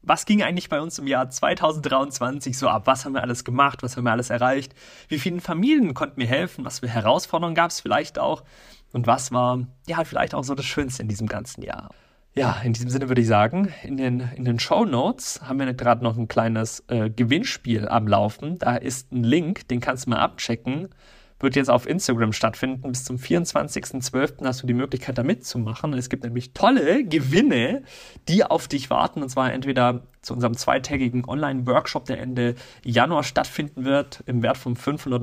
Was ging eigentlich bei uns im Jahr 2023 so ab? Was haben wir alles gemacht? Was haben wir alles erreicht? Wie vielen Familien konnten wir helfen? Was für Herausforderungen gab es vielleicht auch? Und was war ja vielleicht auch so das Schönste in diesem ganzen Jahr? Ja, in diesem Sinne würde ich sagen, in den Shownotes haben wir gerade noch ein kleines Gewinnspiel am Laufen. Da ist ein Link, den kannst du mal abchecken. Wird jetzt auf Instagram stattfinden. Bis zum 24.12. hast du die Möglichkeit, da mitzumachen. Es gibt nämlich tolle Gewinne, die auf dich warten. Und zwar entweder zu unserem zweitägigen Online-Workshop, der Ende Januar stattfinden wird, im Wert von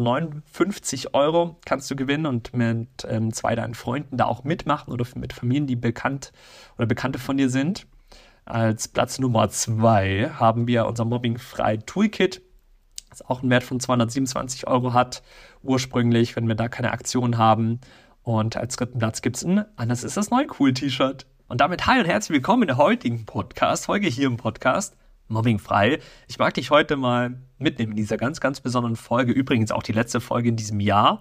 559 € kannst du gewinnen und mit 2 deinen Freunden da auch mitmachen oder mit Familien, die bekannt oder Bekannte von dir sind. Als Platz Nummer 2 haben wir unser Mobbing-Frei-Toolkit, das auch einen Wert von 227 € hat, ursprünglich, wenn wir da keine Aktion haben. Und als dritten Platz gibt es ein Anders ist das neu cool T-Shirt. Und damit hi und herzlich willkommen in der heutigen Podcast-Folge hier im Podcast Mobbingfrei. Ich mag dich heute mal mitnehmen in dieser ganz, ganz besonderen Folge. Übrigens auch die letzte Folge in diesem Jahr,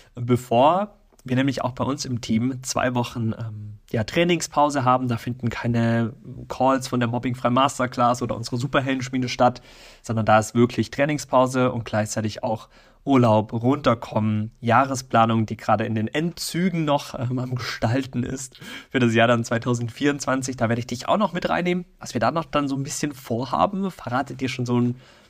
bevor wir nämlich auch bei uns im Team 2 Wochen Trainingspause haben. Da finden keine Calls von der Mobbingfrei Masterclass oder unsere Superheldenschmiede statt, sondern da ist wirklich Trainingspause und gleichzeitig auch Urlaub, runterkommen, Jahresplanung, die gerade in den Endzügen noch am Gestalten ist für das Jahr dann 2024. Da werde ich dich auch noch mit reinnehmen, was wir da noch dann so ein bisschen vorhaben. Verrate dir schon so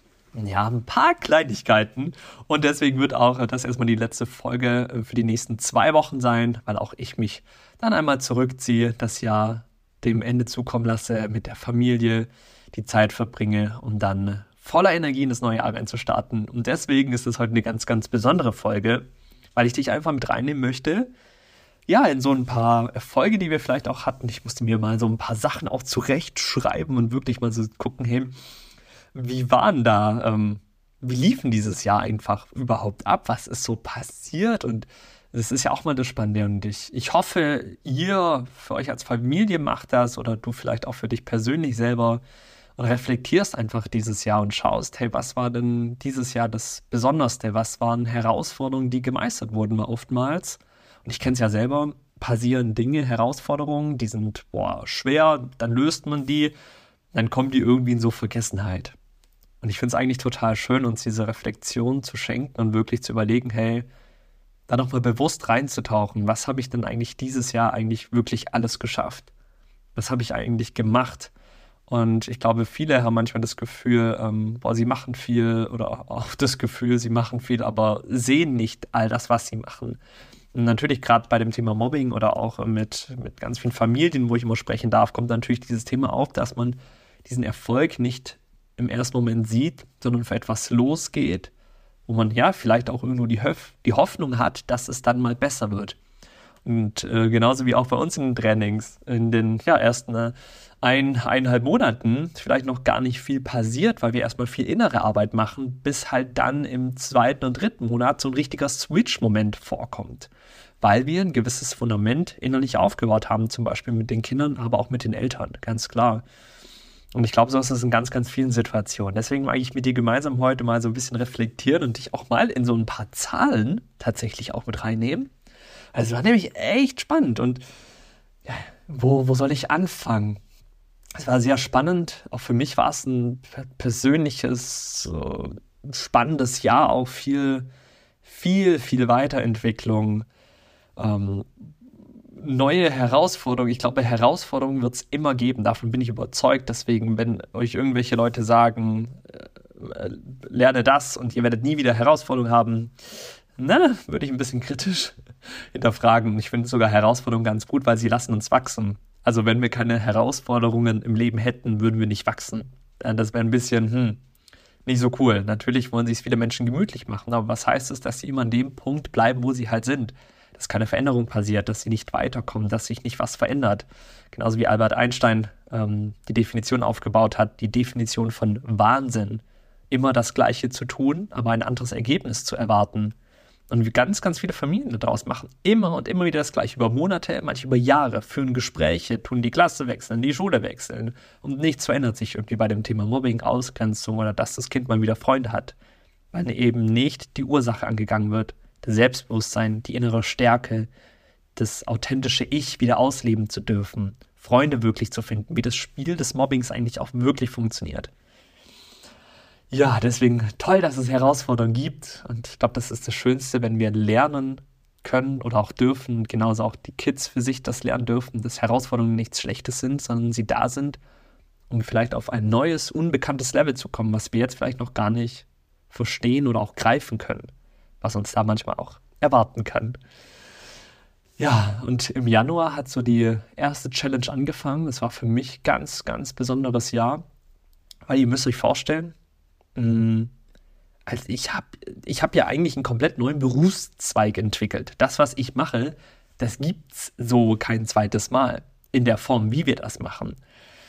ein paar Kleinigkeiten. Und deswegen wird auch das erstmal die letzte Folge für die nächsten 2 Wochen sein, weil auch ich mich dann einmal zurückziehe, das Jahr dem Ende zukommen lasse, mit der Familie die Zeit verbringe, um dann voller Energie in das neue Jahr reinzustarten. Und deswegen ist es heute eine ganz, ganz besondere Folge, weil ich dich einfach mit reinnehmen möchte, ja, in so ein paar Erfolge, die wir vielleicht auch hatten. Ich musste mir mal so ein paar Sachen auch zurechtschreiben und wirklich mal so gucken, hey, wie waren da, wie liefen dieses Jahr einfach überhaupt ab? Was ist so passiert? Und das ist ja auch mal das Spannende. Und ich hoffe, ihr für euch als Familie macht das oder du vielleicht auch für dich persönlich selber und reflektierst einfach dieses Jahr und schaust, hey, was war denn dieses Jahr das Besonderste? Was waren Herausforderungen, die gemeistert wurden oftmals? Und ich kenne es ja selber, passieren Dinge, Herausforderungen, die sind schwer, dann löst man die, dann kommen die irgendwie in so Vergessenheit. Und ich finde es eigentlich total schön, uns diese Reflexion zu schenken und wirklich zu überlegen, hey, da nochmal bewusst reinzutauchen. Was habe ich denn eigentlich dieses Jahr eigentlich wirklich alles geschafft? Was habe ich eigentlich gemacht? Und ich glaube, viele haben manchmal das Gefühl, sie machen viel oder auch das Gefühl, sie machen viel, aber sehen nicht all das, was sie machen. Und natürlich gerade bei dem Thema Mobbing oder auch mit ganz vielen Familien, wo ich immer sprechen darf, kommt natürlich dieses Thema auf, dass man diesen Erfolg nicht im ersten Moment sieht, sondern für etwas losgeht, wo man ja vielleicht auch irgendwo die Hoffnung hat, dass es dann mal besser wird. Und genauso wie auch bei uns in den Trainings, in den ersten 1,5 Monaten vielleicht noch gar nicht viel passiert, weil wir erstmal viel innere Arbeit machen, bis halt dann im 2. und 3. Monat so ein richtiger Switch-Moment vorkommt. Weil wir ein gewisses Fundament innerlich aufgebaut haben, zum Beispiel mit den Kindern, aber auch mit den Eltern, ganz klar. Und ich glaube, so ist es in ganz, ganz vielen Situationen. Deswegen mag ich mit dir gemeinsam heute mal so ein bisschen reflektieren und dich auch mal in so ein paar Zahlen tatsächlich auch mit reinnehmen. Also es war nämlich echt spannend. Und ja, wo soll ich anfangen? Es war sehr spannend. Auch für mich war es ein persönliches, spannendes Jahr. Auch viel, viel, viel Weiterentwicklung. Neue Herausforderungen. Ich glaube, Herausforderungen wird es immer geben. Davon bin ich überzeugt. Deswegen, wenn euch irgendwelche Leute sagen, lerne das und ihr werdet nie wieder Herausforderungen haben, würde ich ein bisschen kritisch hinterfragen. Ich finde sogar Herausforderungen ganz gut, weil sie lassen uns wachsen. Also wenn wir keine Herausforderungen im Leben hätten, würden wir nicht wachsen. Das wäre ein bisschen nicht so cool. Natürlich wollen sich viele Menschen gemütlich machen, aber was heißt es, dass sie immer an dem Punkt bleiben, wo sie halt sind? Dass keine Veränderung passiert, dass sie nicht weiterkommen, dass sich nicht was verändert. Genauso wie Albert Einstein die Definition aufgebaut hat, die Definition von Wahnsinn. Immer das Gleiche zu tun, aber ein anderes Ergebnis zu erwarten. Und wie ganz, ganz viele Familien daraus machen immer und immer wieder das Gleiche. Über Monate, manche über Jahre, führen Gespräche, tun die Klasse wechseln, die Schule wechseln. Und nichts verändert sich irgendwie bei dem Thema Mobbing, Ausgrenzung oder dass das Kind mal wieder Freunde hat. Weil eben nicht die Ursache angegangen wird. Das Selbstbewusstsein, die innere Stärke, das authentische Ich wieder ausleben zu dürfen. Freunde wirklich zu finden, wie das Spiel des Mobbings eigentlich auch wirklich funktioniert. Ja, deswegen toll, dass es Herausforderungen gibt und ich glaube, das ist das Schönste, wenn wir lernen können oder auch dürfen, genauso auch die Kids für sich das lernen dürfen, dass Herausforderungen nichts Schlechtes sind, sondern sie da sind, um vielleicht auf ein neues, unbekanntes Level zu kommen, was wir jetzt vielleicht noch gar nicht verstehen oder auch greifen können, was uns da manchmal auch erwarten kann. Ja, und im Januar hat so die erste Challenge angefangen. Das war für mich ganz, ganz besonderes Jahr, weil ihr müsst euch vorstellen, also ich hab ja eigentlich einen komplett neuen Berufszweig entwickelt. Das, was ich mache, das gibt's so kein zweites Mal in der Form, wie wir das machen.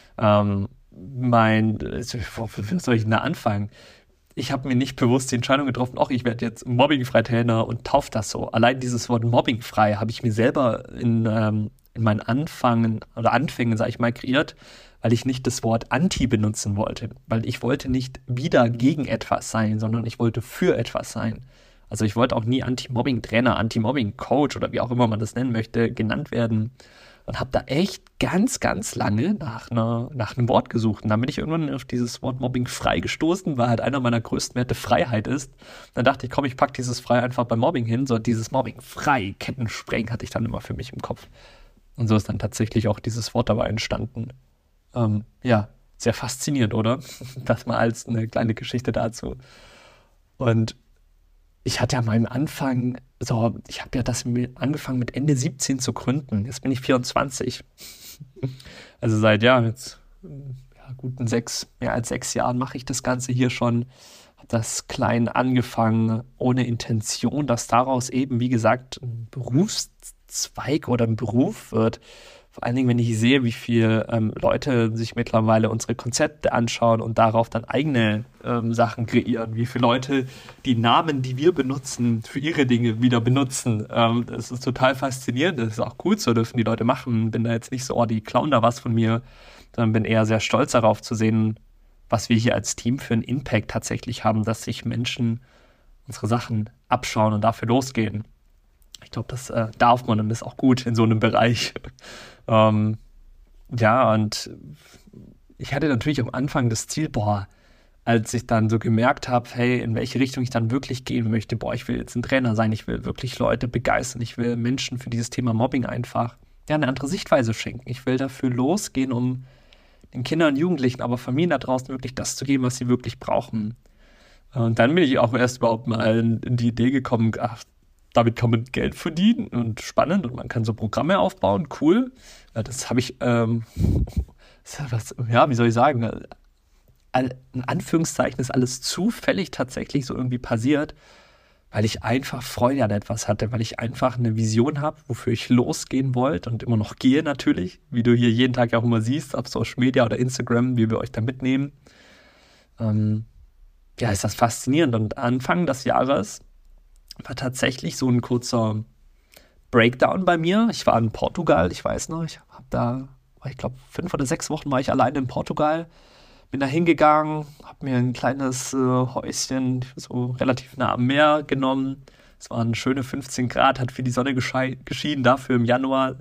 Wo soll ich denn da anfangen? Ich habe mir nicht bewusst die Entscheidung getroffen, ach, ich werde jetzt Mobbingfrei-Trainer und taufe das so. Allein dieses Wort Mobbingfrei habe ich mir selber in meinen Anfängen, sage ich mal, kreiert, weil ich nicht das Wort Anti benutzen wollte. Weil ich wollte nicht wieder gegen etwas sein, sondern ich wollte für etwas sein. Also ich wollte auch nie Anti-Mobbing-Trainer, Anti-Mobbing-Coach oder wie auch immer man das nennen möchte, genannt werden. Und habe da echt ganz, ganz lange nach einem Wort gesucht. Und dann bin ich irgendwann auf dieses Wort Mobbing frei gestoßen, weil halt einer meiner größten Werte Freiheit ist. Dann dachte ich, komm, ich pack dieses frei einfach beim Mobbing hin. So dieses Mobbing frei, Kettensprengen hatte ich dann immer für mich im Kopf. Und so ist dann tatsächlich auch dieses Wort dabei entstanden. Ja, sehr faszinierend, oder? Das mal als eine kleine Geschichte dazu. Und ich hatte ja mal am Anfang, ich habe ja angefangen mit Ende 17 zu gründen. Jetzt bin ich 24. Also seit jetzt mehr als 6 Jahren mache ich das Ganze hier schon. Habe das klein angefangen, ohne Intention, dass daraus eben, wie gesagt, ein Berufszweig oder ein Beruf wird. Vor allen Dingen, wenn ich sehe, wie viele Leute sich mittlerweile unsere Konzepte anschauen und darauf dann eigene Sachen kreieren. Wie viele Leute die Namen, die wir benutzen, für ihre Dinge wieder benutzen. Das ist total faszinierend. Das ist auch cool, so dürfen die Leute machen. Bin da jetzt nicht so, oh, die klauen da was von mir, sondern bin eher sehr stolz darauf zu sehen, was wir hier als Team für einen Impact tatsächlich haben, dass sich Menschen unsere Sachen abschauen und dafür losgehen. Ich glaube, das darf man und ist auch gut in so einem Bereich. Ja, und ich hatte natürlich am Anfang das Ziel, als ich dann so gemerkt habe, hey, in welche Richtung ich dann wirklich gehen möchte, ich will jetzt ein Trainer sein, ich will wirklich Leute begeistern, ich will Menschen für dieses Thema Mobbing einfach eine andere Sichtweise schenken. Ich will dafür losgehen, um den Kindern und Jugendlichen, aber Familien da draußen wirklich das zu geben, was sie wirklich brauchen. Und dann bin ich auch erst überhaupt mal in die Idee gekommen, damit kann man Geld verdienen und spannend und man kann so Programme aufbauen, cool. Das habe ich, wie soll ich sagen, in Anführungszeichen ist alles zufällig tatsächlich so irgendwie passiert, weil ich einfach Freude an etwas hatte, weil ich einfach eine Vision habe, wofür ich losgehen wollte und immer noch gehe natürlich, wie du hier jeden Tag auch immer siehst, auf Social Media oder Instagram, wie wir euch da mitnehmen. Ist das faszinierend und Anfang des Jahres war tatsächlich so ein kurzer Breakdown bei mir. Ich war in Portugal, ich weiß noch, ich glaube 5 oder 6 Wochen war ich alleine in Portugal, bin da hingegangen, habe mir ein kleines Häuschen so relativ nah am Meer genommen. Es waren schöne 15 Grad, hat für die Sonne geschienen, dafür im Januar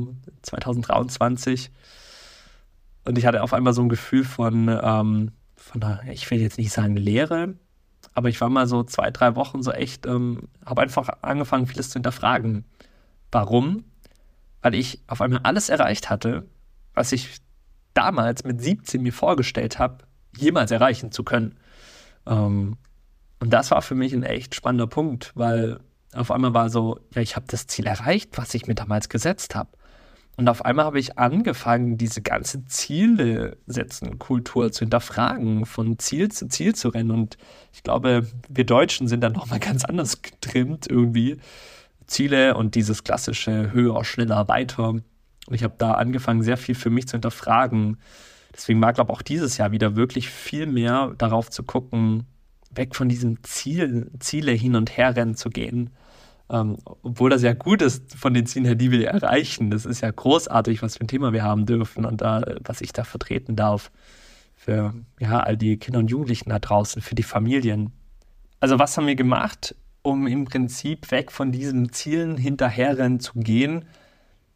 2023. Und ich hatte auf einmal so ein Gefühl von einer, ich will jetzt nicht sagen Leere, aber ich war mal so 2, 3 Wochen so echt, habe einfach angefangen, vieles zu hinterfragen. Warum? Weil ich auf einmal alles erreicht hatte, was ich damals mit 17 mir vorgestellt habe, jemals erreichen zu können. Und das war für mich ein echt spannender Punkt, weil auf einmal war so, ja, ich habe das Ziel erreicht, was ich mir damals gesetzt habe. Und auf einmal habe ich angefangen, diese ganze Ziele-Setzen-Kultur zu hinterfragen, von Ziel zu Ziel zu rennen. Und ich glaube, wir Deutschen sind dann nochmal ganz anders getrimmt irgendwie. Ziele und dieses klassische höher, schneller, weiter. Und ich habe da angefangen, sehr viel für mich zu hinterfragen. Deswegen war, glaube ich, auch dieses Jahr wieder wirklich viel mehr darauf zu gucken, weg von diesem Ziele hin und her rennen zu gehen. Obwohl das ja gut ist von den Zielen her, die wir erreichen. Das ist ja großartig, was für ein Thema wir haben dürfen und was ich da vertreten darf für all die Kinder und Jugendlichen da draußen, für die Familien. Also was haben wir gemacht, um im Prinzip weg von diesen Zielen hinterherrennen zu gehen?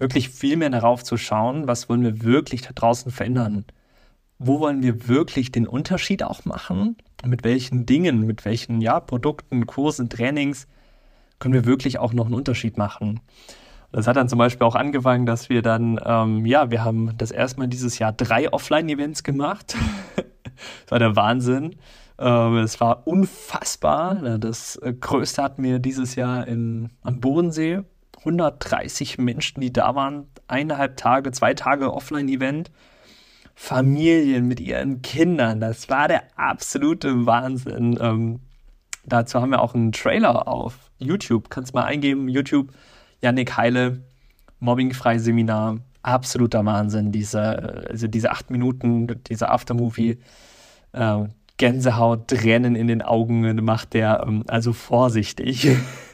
wirklich viel mehr darauf zu schauen, was wollen wir wirklich da draußen verändern. Wo wollen wir wirklich den Unterschied auch machen? Und mit welchen Dingen, mit welchen Produkten, Kursen, Trainings können wir wirklich auch noch einen Unterschied machen? Das hat dann zum Beispiel auch angefangen, dass wir dann, wir haben das erste Mal dieses Jahr 3 Offline-Events gemacht. Das war der Wahnsinn. Es war unfassbar. Das größte hatten wir dieses Jahr am Bodensee. 130 Menschen, die da waren. 1,5 Tage, 2 Tage Offline-Event. Familien mit ihren Kindern. Das war der absolute Wahnsinn. Dazu haben wir auch einen Trailer auf YouTube. Kannst mal eingeben, YouTube, Yannick Heile, Mobbingfrei Seminar. Absoluter Wahnsinn. Diese 8 Minuten, dieser Aftermovie. Gänsehaut, Tränen in den Augen macht der, also vorsichtig.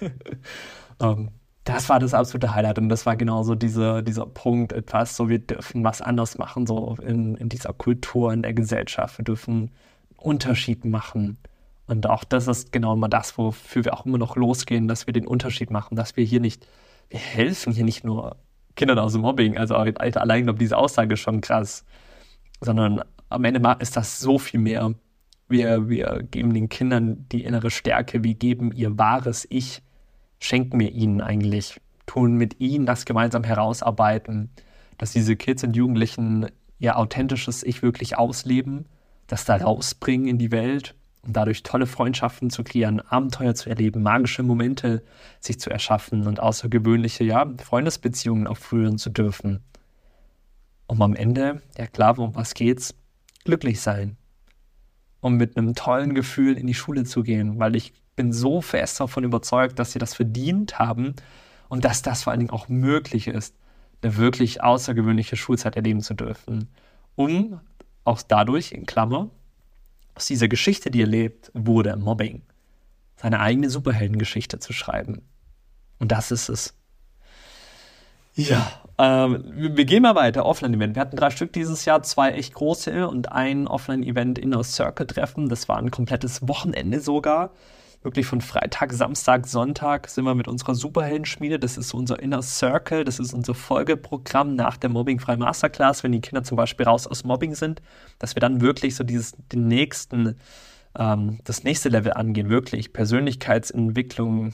Das war das absolute Highlight und das war genauso dieser Punkt, etwas, so wir dürfen was anders machen, so in dieser Kultur, in der Gesellschaft. Wir dürfen einen Unterschied machen. Und auch das ist genau immer das, wofür wir auch immer noch losgehen, dass wir den Unterschied machen, dass wir helfen hier nicht nur Kindern aus dem Mobbing, also allein, glaube diese Aussage ist schon krass, sondern am Ende ist das so viel mehr. Wir geben den Kindern die innere Stärke, wir geben ihr wahres Ich, schenken wir ihnen eigentlich, tun mit ihnen das gemeinsam herausarbeiten, dass diese Kids und Jugendlichen ihr authentisches Ich wirklich ausleben, das da rausbringen in die Welt und dadurch tolle Freundschaften zu kreieren, Abenteuer zu erleben, magische Momente sich zu erschaffen und außergewöhnliche Freundesbeziehungen auch führen zu dürfen. Um am Ende, klar, um was geht's? Glücklich sein. Um mit einem tollen Gefühl in die Schule zu gehen, weil ich bin so fest davon überzeugt, dass sie das verdient haben und dass das vor allen Dingen auch möglich ist, eine wirklich außergewöhnliche Schulzeit erleben zu dürfen, um auch dadurch, in Klammer, aus dieser Geschichte, die erlebt wurde, Mobbing, seine eigene Superheldengeschichte zu schreiben. Und das ist es. Ja, wir gehen mal weiter. Offline-Event. Wir hatten 3 Stück dieses Jahr, 2 echt große und ein Offline-Event Inner Circle-Treffen. Das war ein komplettes Wochenende sogar. Wirklich von Freitag, Samstag, Sonntag sind wir mit unserer Superheldenschmiede. Das ist so unser Inner Circle. Das ist unser Folgeprogramm nach der Mobbingfrei Masterclass, wenn die Kinder zum Beispiel raus aus Mobbing sind, dass wir dann wirklich so das nächste Level angehen. Wirklich Persönlichkeitsentwicklung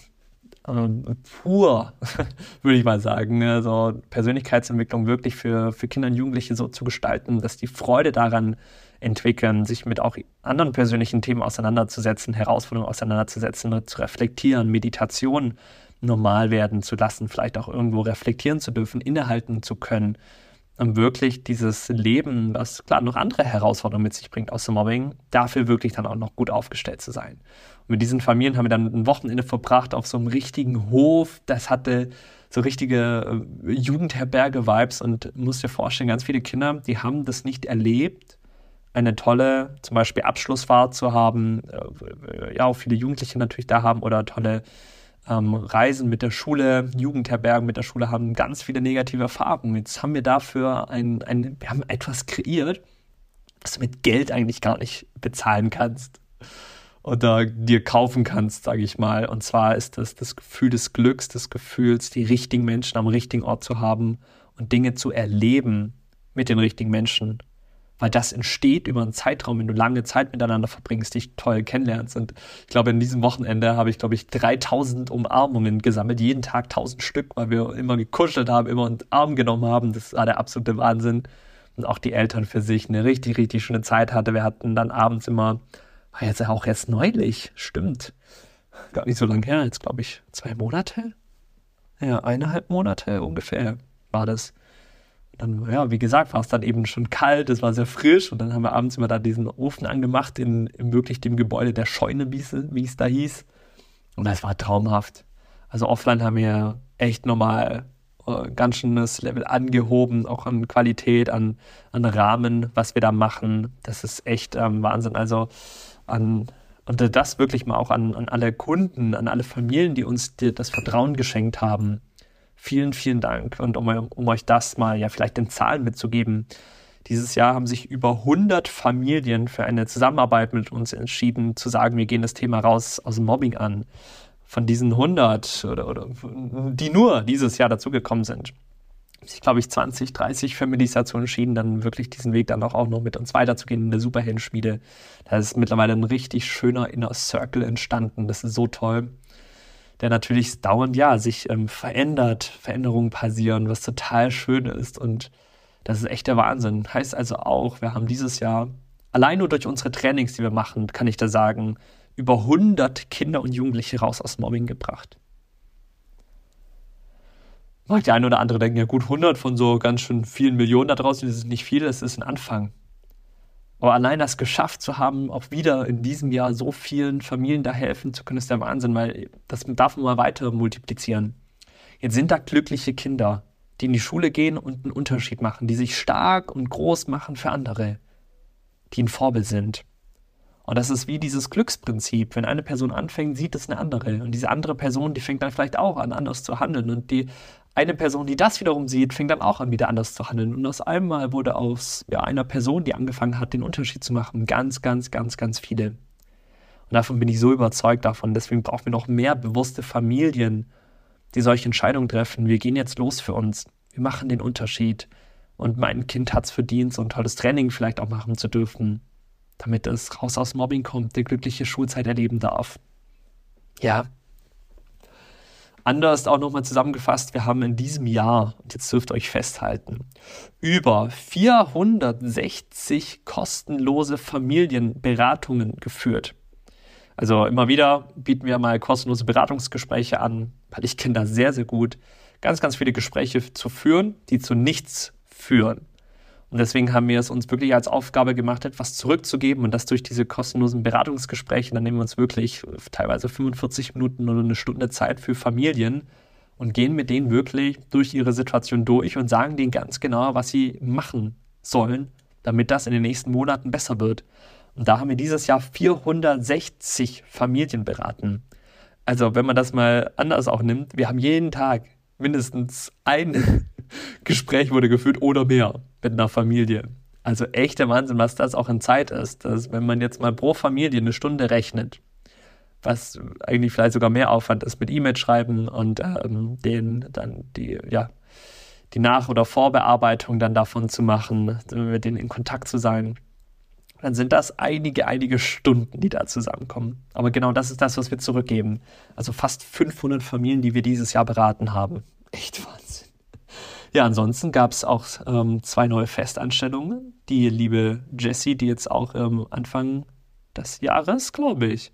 pur, würde ich mal sagen. Also Persönlichkeitsentwicklung wirklich für Kinder und Jugendliche so zu gestalten, dass die Freude daran entwickeln, sich mit auch anderen persönlichen Themen auseinanderzusetzen, Herausforderungen auseinanderzusetzen, zu reflektieren, Meditation normal werden zu lassen, vielleicht auch irgendwo reflektieren zu dürfen, innehalten zu können, um wirklich dieses Leben, was klar noch andere Herausforderungen mit sich bringt aus dem Mobbing, dafür wirklich dann auch noch gut aufgestellt zu sein. Und mit diesen Familien haben wir dann ein Wochenende verbracht auf so einem richtigen Hof. Das hatte so richtige Jugendherberge-Vibes und musst dir vorstellen, ganz viele Kinder, die haben das nicht erlebt, eine tolle, zum Beispiel Abschlussfahrt zu haben, auch viele Jugendliche natürlich da haben oder tolle Reisen mit der Schule, Jugendherbergen mit der Schule haben ganz viele negative Erfahrungen. Jetzt haben wir dafür wir haben etwas kreiert, was du mit Geld eigentlich gar nicht bezahlen kannst oder dir kaufen kannst, sage ich mal. Und zwar ist das Gefühl des Glücks, des Gefühls, die richtigen Menschen am richtigen Ort zu haben und Dinge zu erleben mit den richtigen Menschen. Weil das entsteht über einen Zeitraum, wenn du lange Zeit miteinander verbringst, dich toll kennenlernst. Und ich glaube, in diesem Wochenende habe ich, 3000 Umarmungen gesammelt, jeden Tag 1000 Stück, weil wir immer gekuschelt haben, immer einen Arm genommen haben. Das war der absolute Wahnsinn. Und auch die Eltern für sich eine richtig, richtig schöne Zeit hatten. Wir hatten dann abends immer, war jetzt auch erst neulich, stimmt, gar nicht so lange her, jetzt glaube ich 2 Monate? Ja, 1,5 Monate ungefähr war das. Dann, wie gesagt, war es dann eben schon kalt, es war sehr frisch und dann haben wir abends immer da diesen Ofen angemacht in wirklich dem Gebäude der Scheune, wie es da hieß. Und das war traumhaft. Also offline haben wir echt nochmal ganz schönes Level angehoben, auch an Qualität, an Rahmen, was wir da machen. Das ist echt Wahnsinn. Also und das wirklich mal auch an alle Kunden, an alle Familien, die uns das Vertrauen geschenkt haben. Vielen, vielen Dank. Und um euch das mal vielleicht in Zahlen mitzugeben, dieses Jahr haben sich über 100 Familien für eine Zusammenarbeit mit uns entschieden, zu sagen, wir gehen das Thema raus aus dem Mobbing an. Von diesen 100 oder die nur dieses Jahr dazugekommen sind, sich, glaube ich, 20, 30 Families dazu entschieden, dann wirklich diesen Weg dann auch noch mit uns weiterzugehen in der Superheldenschmiede. Da ist mittlerweile ein richtig schöner Inner Circle entstanden. Das ist so toll. Der natürlich dauernd, sich verändert, Veränderungen passieren, was total schön ist. Und das ist echt der Wahnsinn. Heißt also auch, wir haben dieses Jahr, allein nur durch unsere Trainings, die wir machen, kann ich da sagen, über 100 Kinder und Jugendliche raus aus Mobbing gebracht. Mag der eine oder andere denken, ja gut, 100 von so ganz schön vielen Millionen da draußen, das ist nicht viel, das ist ein Anfang. Aber allein das geschafft zu haben, auch wieder in diesem Jahr so vielen Familien da helfen zu können, ist der Wahnsinn, weil das darf man mal weiter multiplizieren. Jetzt sind da glückliche Kinder, die in die Schule gehen und einen Unterschied machen, die sich stark und groß machen für andere, die ein Vorbild sind. Und das ist wie dieses Glücksprinzip. Wenn eine Person anfängt, sieht es eine andere. Und diese andere Person, die fängt dann vielleicht auch an, anders zu handeln. Und die eine Person, die das wiederum sieht, fängt dann auch an, wieder anders zu handeln. Und aus einmal wurde aus einer Person, die angefangen hat, den Unterschied zu machen, ganz, ganz, ganz, ganz viele. Und davon bin ich so überzeugt davon. Deswegen brauchen wir noch mehr bewusste Familien, die solche Entscheidungen treffen. Wir gehen jetzt los für uns. Wir machen den Unterschied. Und mein Kind hat es verdient, so ein tolles Training vielleicht auch machen zu dürfen, damit es raus aus Mobbing kommt, die glückliche Schulzeit erleben darf. Ja. Anders auch nochmal zusammengefasst, wir haben in diesem Jahr, und jetzt dürft ihr euch festhalten, über 460 kostenlose Familienberatungen geführt. Also immer wieder bieten wir mal kostenlose Beratungsgespräche an, weil ich kenne das sehr, sehr gut, ganz, ganz viele Gespräche zu führen, die zu nichts führen. Und deswegen haben wir es uns wirklich als Aufgabe gemacht, etwas zurückzugeben und das durch diese kostenlosen Beratungsgespräche. Dann nehmen wir uns wirklich teilweise 45 Minuten oder eine Stunde Zeit für Familien und gehen mit denen wirklich durch ihre Situation durch und sagen denen ganz genau, was sie machen sollen, damit das in den nächsten Monaten besser wird. Und da haben wir dieses Jahr 460 Familien beraten. Also wenn man das mal anders auch nimmt, wir haben jeden Tag mindestens ein Gespräch wurde geführt oder mehr mit einer Familie. Also echt der Wahnsinn, was das auch in Zeit ist. Dass, wenn man jetzt mal pro Familie eine Stunde rechnet, was eigentlich vielleicht sogar mehr Aufwand ist mit E-Mail schreiben und denen dann die Nach- oder Vorbearbeitung dann davon zu machen, mit denen in Kontakt zu sein, dann sind das einige Stunden, die da zusammenkommen. Aber genau das ist das, was wir zurückgeben. Also fast 500 Familien, die wir dieses Jahr beraten haben. Echt Wahnsinn. Ja, ansonsten gab es auch 2 neue Festanstellungen. Die liebe Jessie, die jetzt auch Anfang des Jahres, glaube ich,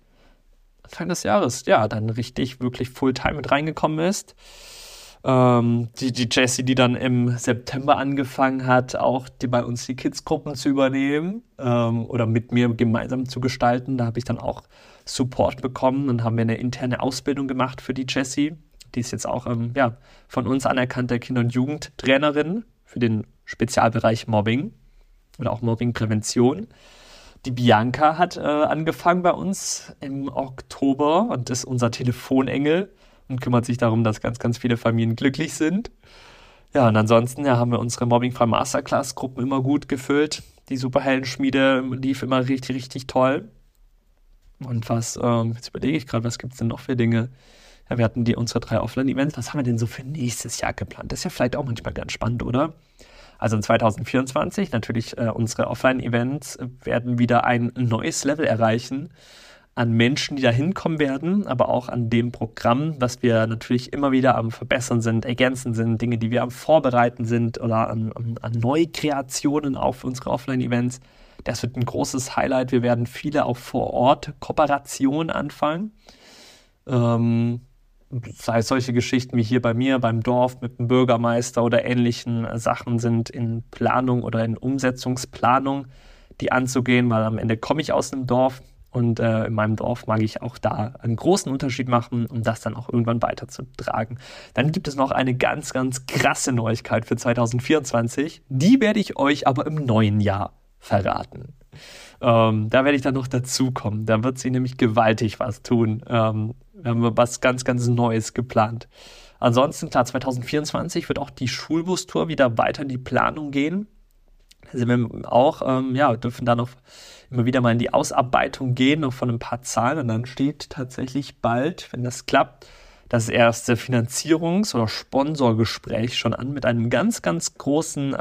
dann richtig, wirklich Fulltime mit reingekommen ist. Die Jessie, die dann im September angefangen hat, auch bei uns die Kids-Gruppen zu übernehmen oder mit mir gemeinsam zu gestalten. Da habe ich dann auch Support bekommen. Dann haben wir eine interne Ausbildung gemacht für die Jessie. Die ist jetzt auch von uns anerkannte Kinder- und Jugendtrainerin für den Spezialbereich Mobbing oder auch Mobbingprävention. Die Bianca hat angefangen bei uns im Oktober und ist unser Telefonengel und kümmert sich darum, dass ganz, ganz viele Familien glücklich sind. Ja, und ansonsten haben wir unsere Mobbingfrei Masterclass-Gruppen immer gut gefüllt. Die Superheldenschmiede lief immer richtig, richtig toll. Und jetzt überlege ich gerade, was gibt es denn noch für Dinge? Ja, wir hatten unsere 3 Offline-Events. Was haben wir denn so für nächstes Jahr geplant? Das ist ja vielleicht auch manchmal ganz spannend, oder? Also in 2024 natürlich unsere Offline-Events werden wieder ein neues Level erreichen an Menschen, die da hinkommen werden, aber auch an dem Programm, was wir natürlich immer wieder am Verbessern sind, ergänzen sind, Dinge, die wir am Vorbereiten sind oder an Neukreationen auch für unsere Offline-Events. Das wird ein großes Highlight. Wir werden viele auch vor Ort Kooperationen anfangen. Sei es solche Geschichten wie hier bei mir beim Dorf mit dem Bürgermeister oder ähnlichen Sachen sind in Planung oder in Umsetzungsplanung, die anzugehen, weil am Ende komme ich aus einem Dorf und in meinem Dorf mag ich auch da einen großen Unterschied machen, um das dann auch irgendwann weiterzutragen. Dann gibt es noch eine ganz, ganz krasse Neuigkeit für 2024. Die werde ich euch aber im neuen Jahr verraten. Da werde ich dann noch dazukommen. Da wird sie nämlich gewaltig was tun. Wir haben was ganz, ganz Neues geplant. Ansonsten, klar, 2024 wird auch die Schulbustour wieder weiter in die Planung gehen. Da sind wir auch, dürfen da noch immer wieder mal in die Ausarbeitung gehen, noch von ein paar Zahlen. Und dann steht tatsächlich bald, wenn das klappt, das erste Finanzierungs- oder Sponsorgespräch schon an mit einem ganz, ganz großen,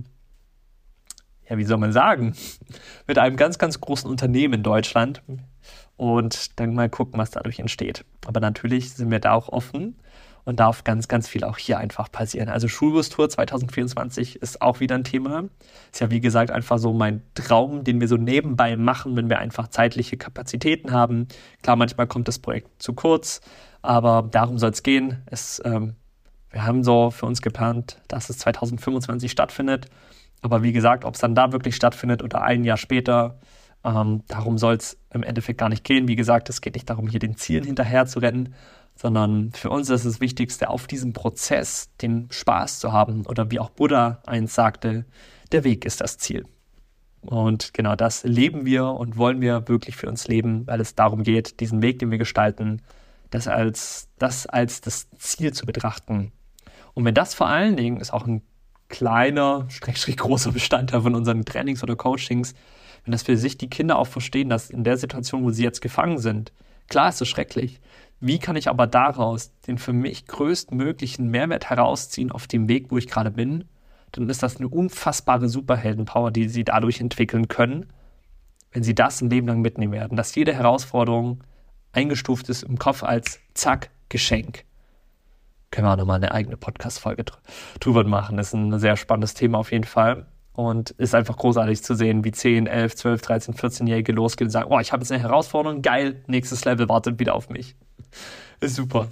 wie soll man sagen, mit einem ganz, ganz großen Unternehmen in Deutschland und dann mal gucken, was dadurch entsteht. Aber natürlich sind wir da auch offen und darf ganz, ganz viel auch hier einfach passieren. Also Schulbustour 2024 ist auch wieder ein Thema. Ist ja wie gesagt einfach so mein Traum, den wir so nebenbei machen, wenn wir einfach zeitliche Kapazitäten haben. Klar, manchmal kommt das Projekt zu kurz, aber darum soll es gehen. Wir haben so für uns geplant, dass es 2025 stattfindet. Aber wie gesagt, ob es dann da wirklich stattfindet oder ein Jahr später, darum soll es im Endeffekt gar nicht gehen. Wie gesagt, es geht nicht darum, hier den Zielen hinterher zu rennen, sondern für uns ist das Wichtigste, auf diesem Prozess den Spaß zu haben. Oder wie auch Buddha einst sagte, der Weg ist das Ziel. Und genau das leben wir und wollen wir wirklich für uns leben, weil es darum geht, diesen Weg, den wir gestalten, das als das Ziel zu betrachten. Und wenn das vor allen Dingen ist auch ein kleiner, großer Bestandteil von unseren Trainings oder Coachings, wenn das für sich die Kinder auch verstehen, dass in der Situation, wo sie jetzt gefangen sind, klar ist es schrecklich, wie kann ich aber daraus den für mich größtmöglichen Mehrwert herausziehen auf dem Weg, wo ich gerade bin, dann ist das eine unfassbare Superheldenpower, die sie dadurch entwickeln können, wenn sie das ein Leben lang mitnehmen werden, dass jede Herausforderung eingestuft ist im Kopf als Zack, Geschenk. Können wir auch nochmal eine eigene Podcast-Folge drüber machen. Das ist ein sehr spannendes Thema auf jeden Fall. Und ist einfach großartig zu sehen, wie 10, 11, 12, 13, 14-Jährige losgehen und sagen, ich habe jetzt eine Herausforderung, geil, nächstes Level wartet wieder auf mich. Ist super.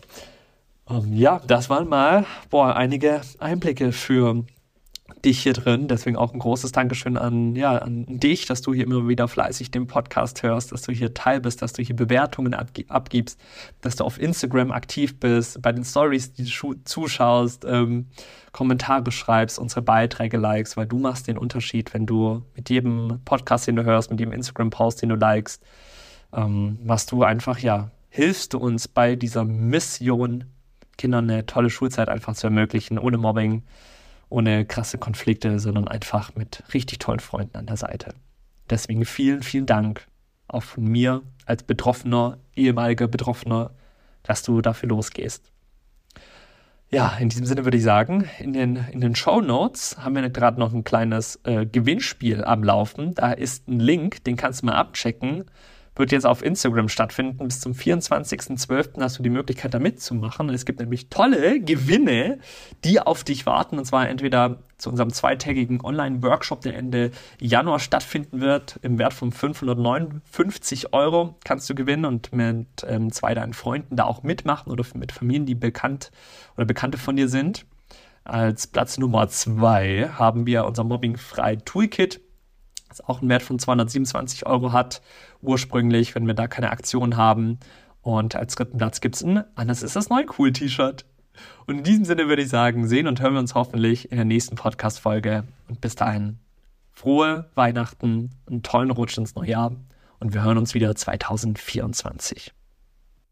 Das waren mal einige Einblicke für dich hier drin. Deswegen auch ein großes Dankeschön an dich, dass du hier immer wieder fleißig den Podcast hörst, dass du hier Teil bist, dass du hier Bewertungen abgibst, dass du auf Instagram aktiv bist, bei den Stories, die du zuschaust, Kommentare schreibst, unsere Beiträge likest, weil du machst den Unterschied, wenn du mit jedem Podcast, den du hörst, mit jedem Instagram-Post, den du likest, machst du einfach, hilfst du uns bei dieser Mission, Kindern eine tolle Schulzeit einfach zu ermöglichen, ohne Mobbing, ohne krasse Konflikte, sondern einfach mit richtig tollen Freunden an der Seite. Deswegen vielen, vielen Dank auch von mir als ehemaliger Betroffener, dass du dafür losgehst. Ja, in diesem Sinne würde ich sagen, in den Shownotes haben wir gerade noch ein kleines Gewinnspiel am Laufen. Da ist ein Link, den kannst du mal abchecken. Wird jetzt auf Instagram stattfinden. Bis zum 24.12. hast du die Möglichkeit, da mitzumachen. Es gibt nämlich tolle Gewinne, die auf dich warten. Und zwar entweder zu unserem 2-tägigen Online-Workshop, der Ende Januar stattfinden wird, im Wert von 559 € kannst du gewinnen und mit 2 deinen Freunden da auch mitmachen oder mit Familien, die bekannt oder Bekannte von dir sind. Als Platz Nummer 2 haben wir unser Mobbing-Frei-Toolkit, das auch einen Wert von 227 € hat, ursprünglich, wenn wir da keine Aktion haben. Und als dritten Platz gibt es ein Anders ist das neu cool T-Shirt. Und in diesem Sinne würde ich sagen, sehen und hören wir uns hoffentlich in der nächsten Podcast-Folge. Und bis dahin, frohe Weihnachten, einen tollen Rutsch ins neue Jahr und wir hören uns wieder 2024.